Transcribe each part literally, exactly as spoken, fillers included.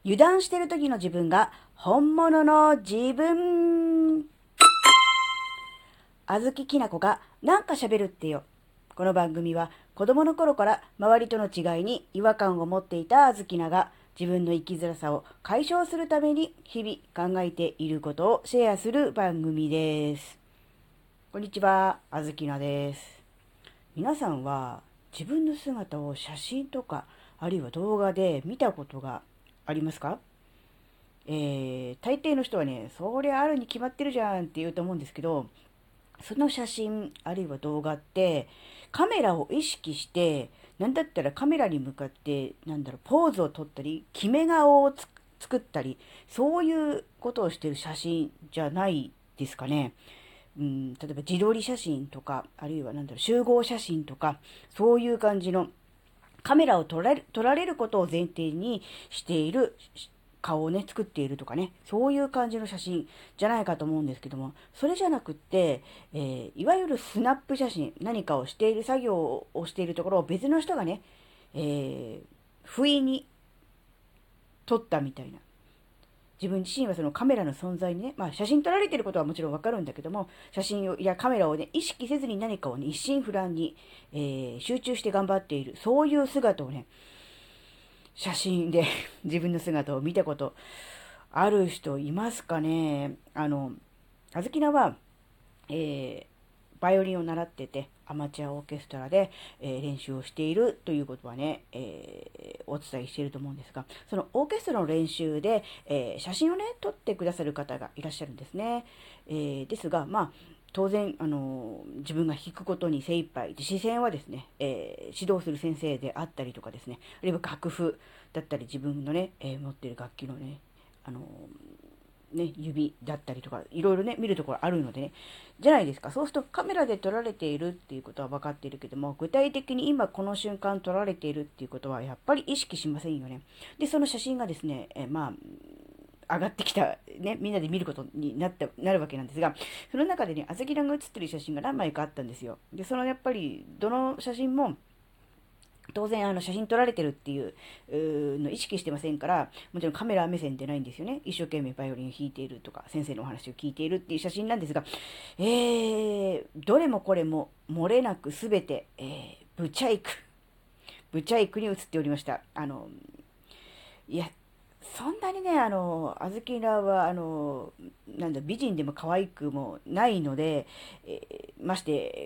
油断してる時の自分が本物の自分。あずききなこがなんか喋るってよ。この番組は子供の頃から周りとの違いに違和感を持っていたあずきなが自分の生きづらさを解消するために日々考えていることをシェアする番組です。こんにちは、あずきなです。皆さんは自分の姿を写真とかあるいは動画で見たことがありますか？えー、大抵の人はね、そりゃあるに決まってるじゃんって言うと思うんですけど、その写真あるいは動画ってカメラを意識して、なんだったらカメラに向かってなんだろうポーズを撮ったり決め顔をつ作ったり、そういうことをしてる写真じゃないですかね。うん、例えば自撮り写真とか、あるいはなんだろう集合写真とか、そういう感じのカメラを撮られ撮られることを前提にしている顔をね、作っているとかね、そういう感じの写真じゃないかと思うんですけども、それじゃなくって、えーいわゆるスナップ写真、何かをしている作業をしているところを別の人がね、えー不意に撮ったみたいな。自分自身はそのカメラの存在にね、まあ写真撮られてることはもちろんわかるんだけども、写真を、いやカメラをね、意識せずに何かをね、一心不乱に、えー集中して頑張っている、そういう姿をね、写真で自分の姿を見たことある人いますかね？あの、あずきなは、えーバイオリンを習ってて、アマチュアオーケストラで、えー練習をしているということはね、えーお伝えしていると思うんですが、そのオーケストラの練習で、えー写真をね、撮ってくださる方がいらっしゃるんですね。えーですが、まあ、当然、あのー自分が弾くことに精一杯で、視線はですね、えー指導する先生であったりとかですね、あるいは楽譜だったり、自分のね、えー持っている楽器のね、あのーね、指だったりとか、いろいろね、見るところあるのでね、じゃないですか。そうするとカメラで撮られているっていうことは分かっているけども、具体的に今この瞬間撮られているっていうことはやっぱり意識しませんよね。で、その写真がですね、えまあ、上がってきた、ね、みんなで見ることになった、なるわけなんですが、その中でね、あずきらが写ってる写真が何枚かあったんですよ。で、そのやっぱり、どの写真も、当然あの写真撮られてるっていうの意識してませんから、もちろんカメラ目線でないんですよね。一生懸命バイオリンを弾いているとか、先生のお話を聞いているっていう写真なんですが、えー、どれもこれも漏れなくすべて、えー、ブチャイク、ブチャイクに写っておりました。あの、いや、そんなにね、あの、あずきらは、あの、なんだ、美人でも可愛くもないので、えーまして、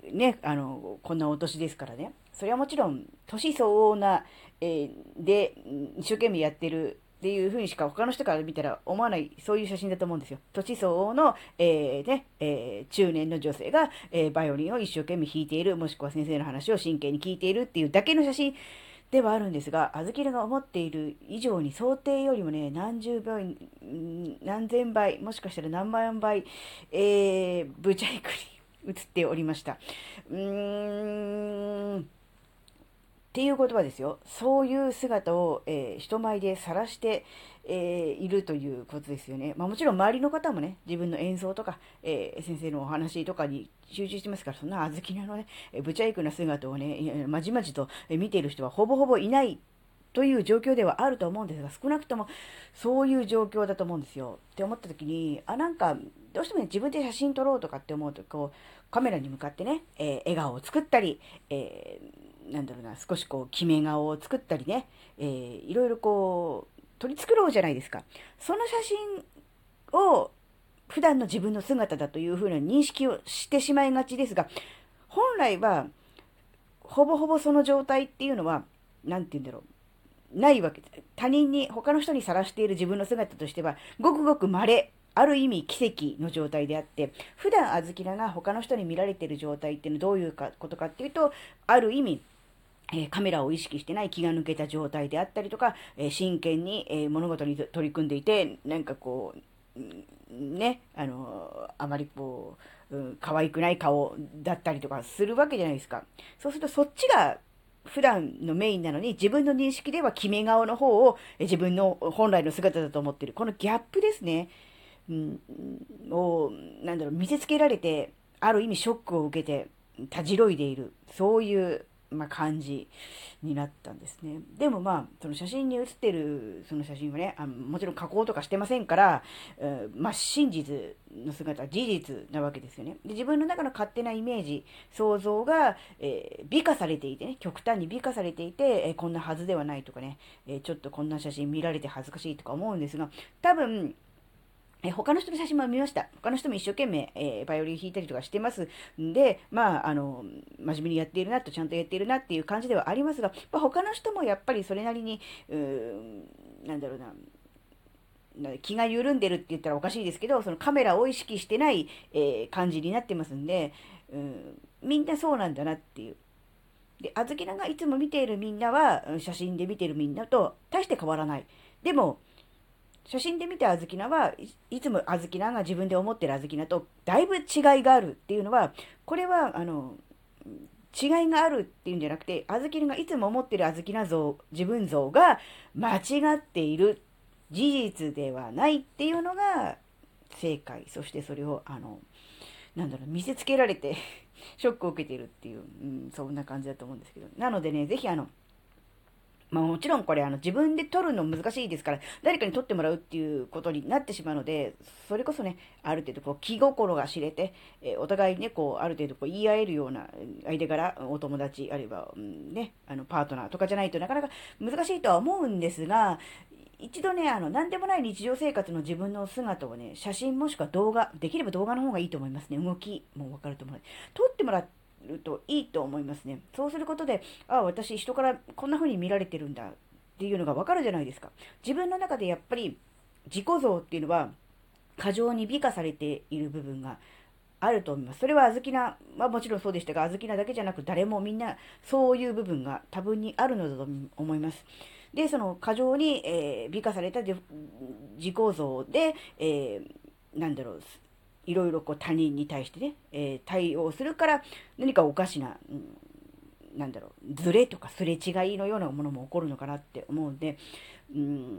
ね、あの、こんなお年ですからね。それはもちろん、年相応な、えーで、一生懸命やってるっていうふうにしか他の人から見たら思わない、そういう写真だと思うんですよ。年相応の、えーね、えー中年の女性が、えーバイオリンを一生懸命弾いている、もしくは先生の話を真剣に聞いているっていうだけの写真ではあるんですが、あずきらが思っている以上に想定よりもね、何十倍、何千倍、もしかしたら何万倍、えー、ブチャイクに映っておりました。うーん、っていうことはですよ、そういう姿を、えー人前で晒して、えーいるということですよね。まあもちろん周りの方もね、自分の演奏とか、えー先生のお話とかに集中してますから、そんな小豆菜のね、えーブチャイクな姿をね、いやまじまじとえー見ている人はほぼほぼいないという状況ではあると思うんですが、少なくともそういう状況だと思うんですよ。って思った時に、あ、なんか、どうしてもね、自分で写真撮ろうとかって思うと、こう、カメラに向かってね、えー笑顔を作ったり、えーなんだろうな、少しこう、決め顔を作ったりね、えーいろいろこう、取り繕うじゃないですか。その写真を普段の自分の姿だというふうな認識をしてしまいがちですが、本来は、ほぼほぼその状態っていうのは、なんて言うんだろう、ないわけです。他人に、他の人にさらしている自分の姿としては、ごくごく稀、ある意味奇跡の状態であって、普段あずきらが他の人に見られている状態っていうのはどういうかことかっていうと、ある意味、えーカメラを意識してない気が抜けた状態であったりとか、えー真剣に、えー物事に取り組んでいて、なんかこう、んね、あのーあまりこう、うん、可愛くない顔だったりとかするわけじゃないですか。そうするとそっちが普段のメインなのに、自分の認識では決め顔の方をえー自分の本来の姿だと思ってる。このギャップですね。うん、を、なんだろう、見せつけられて、ある意味ショックを受けて、たじろいでいる。そういうまあ、感じになったんですね。でもまあ、その写真に写ってるその写真はね、あのもちろん加工とかしてませんから、えーまあ、真実の姿、事実なわけですよね。で、自分の中の勝手なイメージ、想像が、えー美化されていてね、極端に美化されていて、えーこんなはずではないとかね、えーちょっとこんな写真見られて恥ずかしいとか思うんですが、多分、え他の人の写真も見ました。他の人も一生懸命、えーバイオリン弾いたりとかしてますんで、まあ、あの、真面目にやっているなと、ちゃんとやっているなっていう感じではありますが、まあ、他の人もやっぱりそれなりに、うーん、なんだろうな、な気が緩んでるって言ったらおかしいですけど、そのカメラを意識してない、えー感じになってますんで、うん、みんなそうなんだなっていう。で、あずきながいつも見ているみんなは、うん写真で見ているみんなと大して変わらない。でも、写真で見たあずきなはいいつもあずきなが自分で思ってるあずきなとだいぶ違いがあるっていうのは、これはあの違いがあるっていうんじゃなくて、あずきながいつも思ってるあずきな像、自分像が間違っている、事実ではないっていうのが正解。そしてそれをあのなんだろう、見せつけられてショックを受けているっていう、うん、そんな感じだと思うんですけど、なのでね、ぜひあのまあもちろんこれあの自分で撮るの難しいですから、誰かに撮ってもらうっていうことになってしまうので、それこそね、ある程度こう気心が知れて、えーお互いにね、こうある程度こう言い合えるような相手からお友達、あるいは、うん、ね、あのパートナーとかじゃないとなかなか難しいとは思うんですが、一度ね、あの、何でもない日常生活の自分の姿をね、写真もしくは動画、できれば動画の方がいいと思いますね。動きもわかると思う。撮ってもらるといいと思いますね。そうすることで、ああ、私人からこんな風に見られてるんだっていうのがわかるじゃないですか。自分の中でやっぱり自己像っていうのは過剰に美化されている部分があると思います。それはあずきなはもちろんそうでしたが、あずきなだけじゃなく誰もみんなそういう部分が多分にあるのだと思います。で、その過剰に、えー美化された自己像で、えーなんだろう、いろいろこう他人に対してね、えー対応するから何かおかしな、うんなんだろう、ズレとかすれ違いのようなものも起こるのかなって思うんで、うん、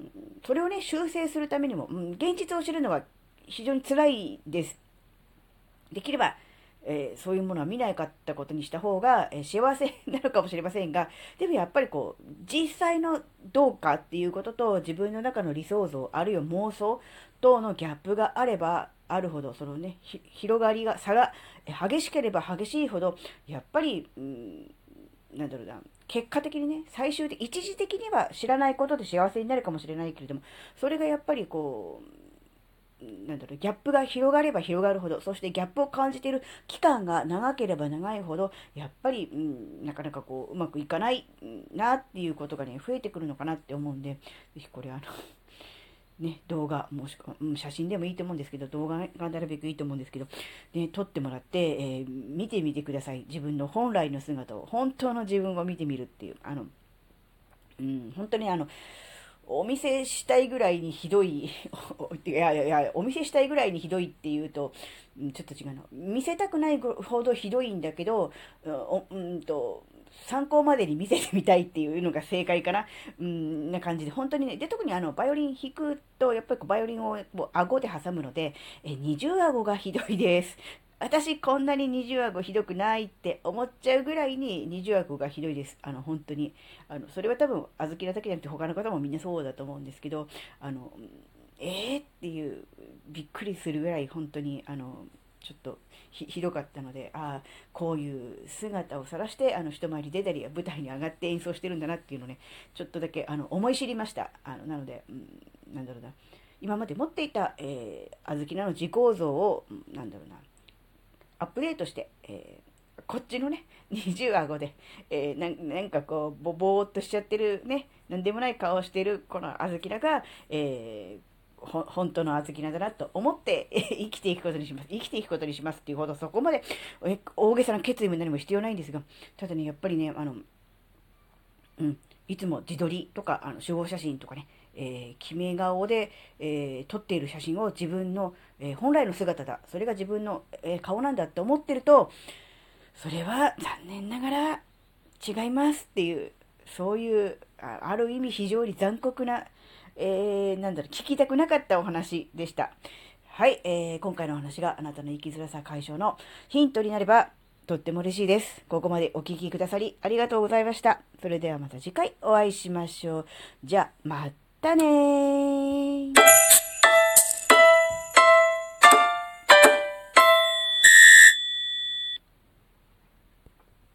それをね、修正するためにも、うん、現実を知るのは非常に辛いです。できれば、えーそういうものは見なかったことにした方が、えー幸せになるかもしれませんが、でもやっぱりこう、実際のどうかっていうことと自分の中の理想像、あるいは妄想等のギャップがあればあるほど、そのね、広がりが、差が激しければ激しいほど、やっぱり、うん、なんだろうな、結果的にね、最終的、一時的には知らないことで幸せになるかもしれないけれども、それがやっぱりこう、なんだろう、ギャップが広がれば広がるほど、そしてギャップを感じている期間が長ければ長いほど、やっぱり、うん、なかなかこう、うまくいかないなっていうことがね、増えてくるのかなって思うんで、ぜひこれあの、ね、動画、もしくは、うん、写真でもいいと思うんですけど、動画がなるべくいいと思うんですけど、ね、撮ってもらって、えー見てみてください。自分の本来の姿を、本当の自分を見てみるっていう、あの、うん、本当にあの、お見せしたいぐらいにひどい、いやいやいや、お見せしたいぐらいにひどいっていうと、うんちょっと違うな。見せたくないほどひどいんだけど、おうんと、参考までに見せてみたいっていうのが正解かな。うん、な感じで、本当にね、で、特にあの、バイオリン弾くと、やっぱりこうバイオリンをこう顎で挟むので、え、二重顎がひどいです。私こんなに二重顎ひどくないって思っちゃうぐらいに二重顎がひどいです。あの、本当に。あの、それは多分、あずきらだけじゃなくて他の方もみんなそうだと思うんですけど、あの、えーっていう、びっくりするぐらい本当に、あの、ちょっとひひどかったので、ああ、こういう姿を晒して、あの、人前に出たり、舞台に上がって演奏してるんだなっていうのをね、ちょっとだけ、あの、思い知りました。あの、なので、うん、なんだろうな。今まで持っていた、えー、あずきなの自己像を、なんだろうな、アップデートして、えーこっちのね、二重顎で、えーな、なんかこう、ぼぼーっとしちゃってるね、なんでもない顔をしてるこのあずきらが、えーほ本当のあずきなだなと思って、え生きていくことにします。生きていくことにしますっていうほど、そこまでえ大げさな決意も何も必要ないんですが、ただね、やっぱりね、あの、うん、いつも自撮りとか、あの、集合写真とかね、えー決め顔で、えー撮っている写真を自分の、えー本来の姿だ、それが自分の、えー顔なんだって思ってると、それは残念ながら違いますっていう、そういう、あある意味非常に残酷な、えー、なんだろう、聞きたくなかったお話でした。はい、えー今回のお話があなたの生きづらさ解消のヒントになればとっても嬉しいです。ここまでお聞きくださりありがとうございました。それではまた次回お会いしましょう。じゃあ、またねー。